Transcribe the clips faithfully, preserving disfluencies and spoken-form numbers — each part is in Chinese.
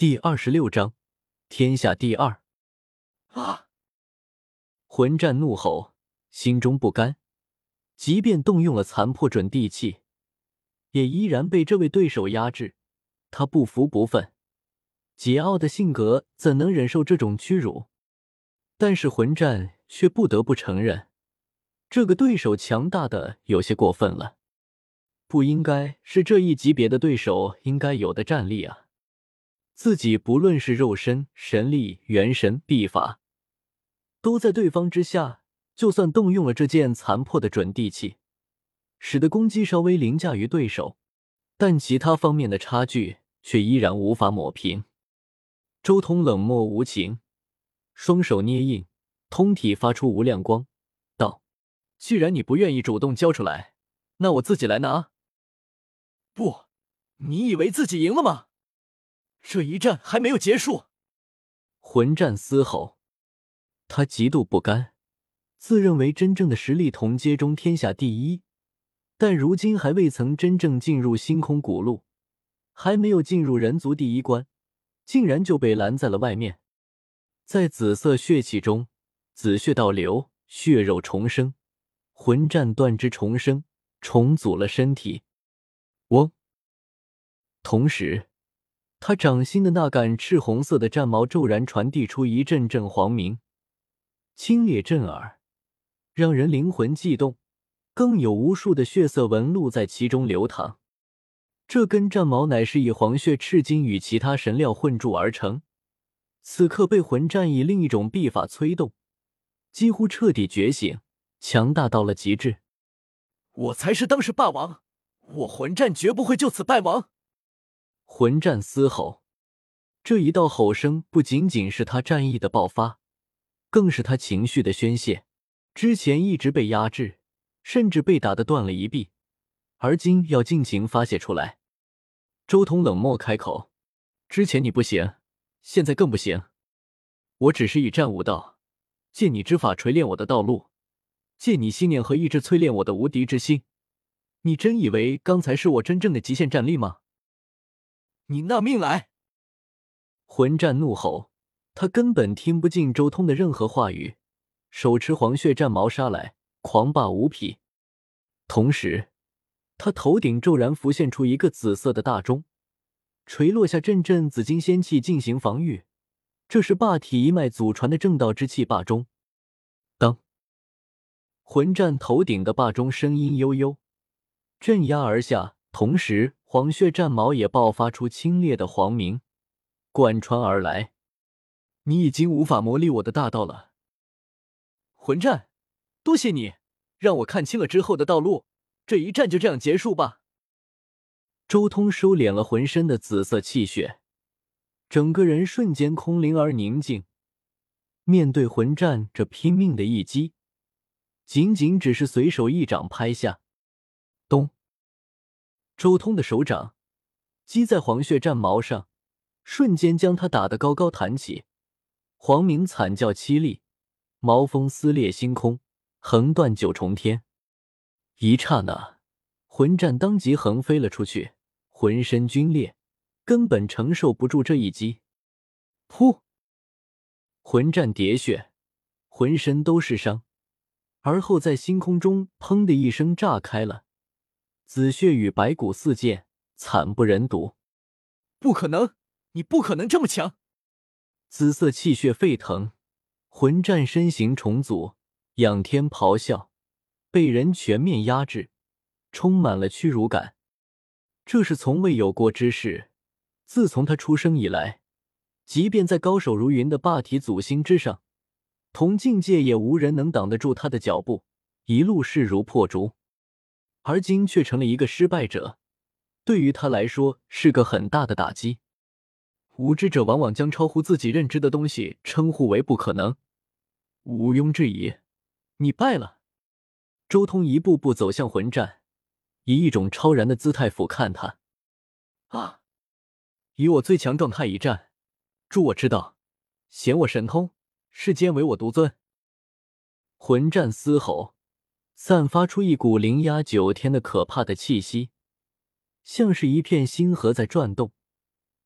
第二十六章，天下第二。 啊！ 魂战怒吼，心中不甘，即便动用了残破准地气，也依然被这位对手压制。他不服不忿，桀骜的性格怎能忍受这种屈辱？但是魂战却不得不承认，这个对手强大的有些过分了，不应该是这一级别的对手应该有的战力啊！自己不论是肉身、神力、元神、臂法，都在对方之下，就算动用了这件残破的准地气，使得攻击稍微凌驾于对手，但其他方面的差距却依然无法抹平。周通冷漠无情，双手捏印，通体发出无量光，道：既然你不愿意主动交出来，那我自己来拿。 不，你以为自己赢了吗？这一战还没有结束。 魂战嘶吼，他极度不甘，自认为真正的实力同阶中天下第一，但如今还未曾真正进入星空古路，还没有进入人族第一关，竟然就被拦在了外面。在紫色血气中，紫血倒流，血肉重生，魂战断肢重生，重组了身体。嗡！同时他掌心的那杆赤红色的战矛骤然传递出一阵阵黄鸣，清冽震耳，让人灵魂悸动，更有无数的血色纹路在其中流淌。这根战矛乃是以黄血赤金与其他神料混铸而成，此刻被魂战以另一种臂法催动，几乎彻底觉醒，强大到了极致。 我才是当世霸王，我魂战绝不会就此败亡。 魂战嘶吼，这一道吼声不仅仅是他战意的爆发，更是他情绪的宣泄。之前一直被压制，甚至被打得断了一臂，而今要尽情发泄出来。周通冷漠开口：之前你不行，现在更不行。我只是以战无道，借你之法锤炼我的道路，借你信念和意志淬炼我的无敌之心。你真以为刚才是我真正的极限战力吗？ 你纳命来！ 魂战怒吼，他根本听不进周通的任何话语，手持黄血战矛杀来，狂霸无匹。同时他头顶骤然浮现出一个紫色的大钟，垂落下阵阵紫金仙气进行防御。这是霸体一脉祖传的正道之气霸钟。当魂战头顶的霸钟声音悠悠，镇压而下，同时黄血战矛也爆发出清冽的黄鸣，贯穿而来。你已经无法磨砺我的大道了。 魂战，多谢你，让我看清了之后的道路，这一战就这样结束吧。 周通收敛了浑身的紫色气血，整个人瞬间空灵而宁静。面对魂战这拼命的一击，仅仅只是随手一掌拍下，咚！周通的手掌击在黄血战矛上，瞬间将他打得高高弹起，黄鸣惨叫凄厉，矛锋撕裂星空，横断九重天。一刹那，魂战当即横飞了出去，浑身皲裂，根本承受不住这一击。噗！魂战喋血，浑身都是伤，而后在星空中砰的一声炸开了，紫血与白骨四溅，惨不忍睹。 不可能，你不可能这么强！ 紫色气血沸腾，魂战身形重组，仰天咆哮，被人全面压制，充满了屈辱感。这是从未有过之事，自从他出生以来，即便在高手如云的霸体祖星之上，同境界也无人能挡得住他的脚步，一路势如破竹。而今却成了一个失败者，对于他来说是个很大的打击。无知者往往将超乎自己认知的东西称呼为不可能，毋庸置疑，你败了。周通一步步走向魂战，以一种超然的姿态俯瞰他。 啊！ 以我最强状态一战，助我之道，显我神通，世间唯我独尊。魂战嘶吼，散发出一股凌压九天的可怕的气息，像是一片星河在转动，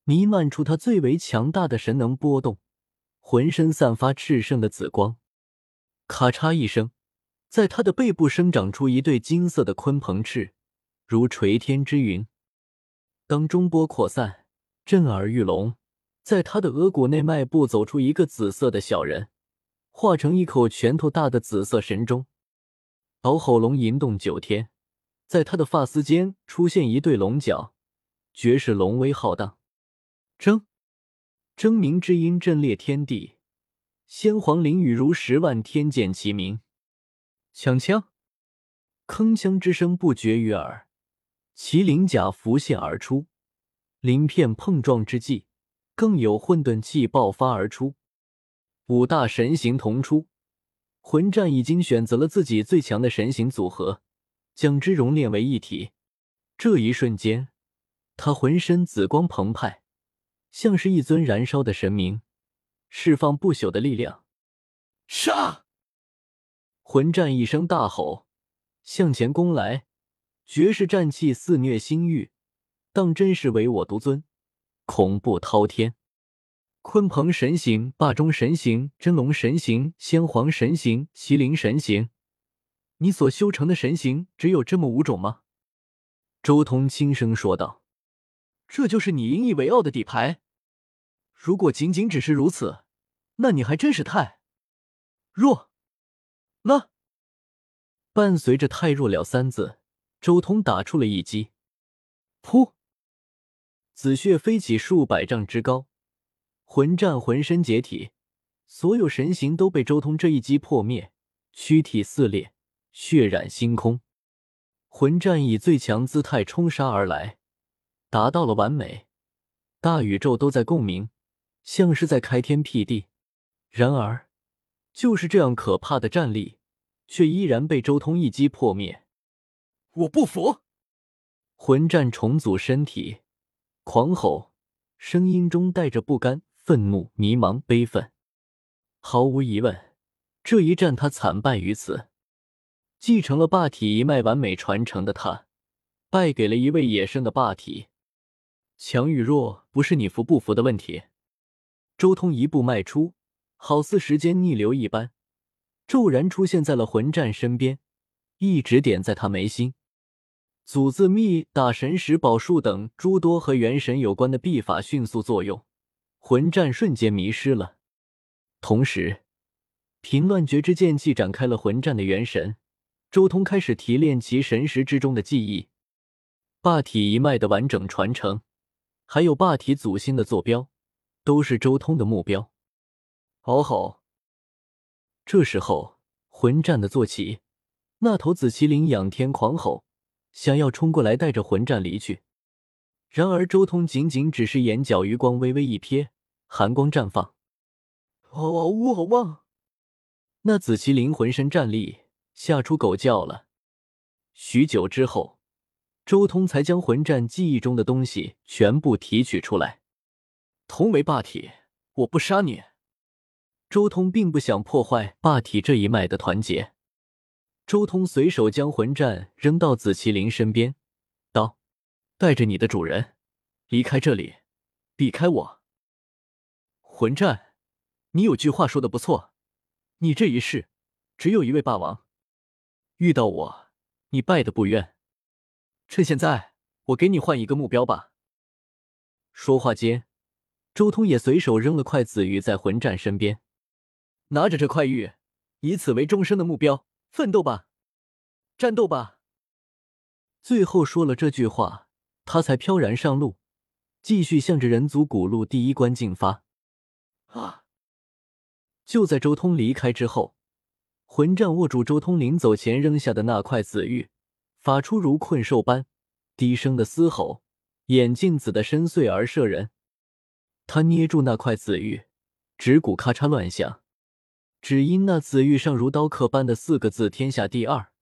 弥漫出他最为强大的神能波动，浑身散发炽盛的紫光。咔嚓一声，在他的背部生长出一对金色的鲲鹏翅，如垂天之云。当中波扩散，震耳欲聋，在他的额骨内迈步走出一个紫色的小人，化成一口拳头大的紫色神钟。敖吼龙吟动九天，在他的发丝间出现一对龙角，绝世龙威浩荡。铮铮鸣之音震裂天地，先皇灵雨如十万天剑齐鸣。锵锵，铿锵之声不绝于耳，麒麟甲浮现而出，鳞片碰撞之际，更有混沌气爆发而出。五大神形同出，魂战已经选择了自己最强的神形组合，将之熔炼为一体。这一瞬间，他浑身紫光澎湃，像是一尊燃烧的神明，释放不朽的力量。 杀！ 魂战一声大吼，向前攻来，绝世战气肆虐星域，当真是唯我独尊，恐怖滔天。鲲鹏神形、霸中神形、真龙神形、先皇神形、麒麟神形，你所修成的神形只有这么五种吗？周通轻声说道。 这就是你引以为傲的底牌？如果仅仅只是如此，那你还真是太弱了。 伴随着太弱了三字，周通打出了一击。噗！紫血飞起数百丈之高，魂战浑身解体，所有神形都被周通这一击破灭，躯体撕裂，血染星空。魂战以最强姿态冲杀而来，达到了完美，大宇宙都在共鸣，像是在开天辟地。然而就是这样可怕的战力，却依然被周通一击破灭。 我不服！ 魂战重组身体，狂吼，声音中带着不甘、愤怒、迷茫、悲愤。毫无疑问，这一战他惨败于此。继承了霸体一脉完美传承的他，败给了一位野生的霸体。强与弱不是你服不服的问题。周通一步迈出，好似时间逆流一般，骤然出现在了魂战身边，一指点在他眉心。祖字秘、打神石宝术等诸多和元神有关的秘法迅速作用，魂战瞬间迷失了。同时，平乱绝之剑气展开了魂战的元神，周通开始提炼其神识之中的记忆。霸体一脉的完整传承，还有霸体祖先的坐标，都是周通的目标。嗷吼！这时候，魂战的坐骑，那头紫麒麟仰天狂吼，想要冲过来带着魂战离去。然而周通仅仅只是眼角余光微微一瞥，寒光绽放。 嗷嗷呜嗷汪！ 那紫麒麟浑身战栗，吓出狗叫了。许久之后，周通才将魂战记忆中的东西全部提取出来。 同为霸体，我不杀你。 周通并不想破坏霸体这一脉的团结。周通随手将魂战扔到紫麒麟身边，道：带着你的主人离开这里，避开我。 魂战，你有句话说的不错，你这一世只有一位霸王，遇到我你败得不冤。趁现在我给你换一个目标吧。 说话间，周通也随手扔了块紫玉在魂战身边。 拿着这块玉，以此为终生的目标，奋斗吧，战斗吧。 最后说了这句话，他才飘然上路，继续向着人族古路第一关进发。 啊！ 就在周通离开之后，魂战握住周通临走前扔下的那块紫玉，发出如困兽般低声的嘶吼，眼镜子的深邃而摄人。他捏住那块紫玉，指骨咔嚓乱响，只因那紫玉上如刀刻般的四个字：天下第二。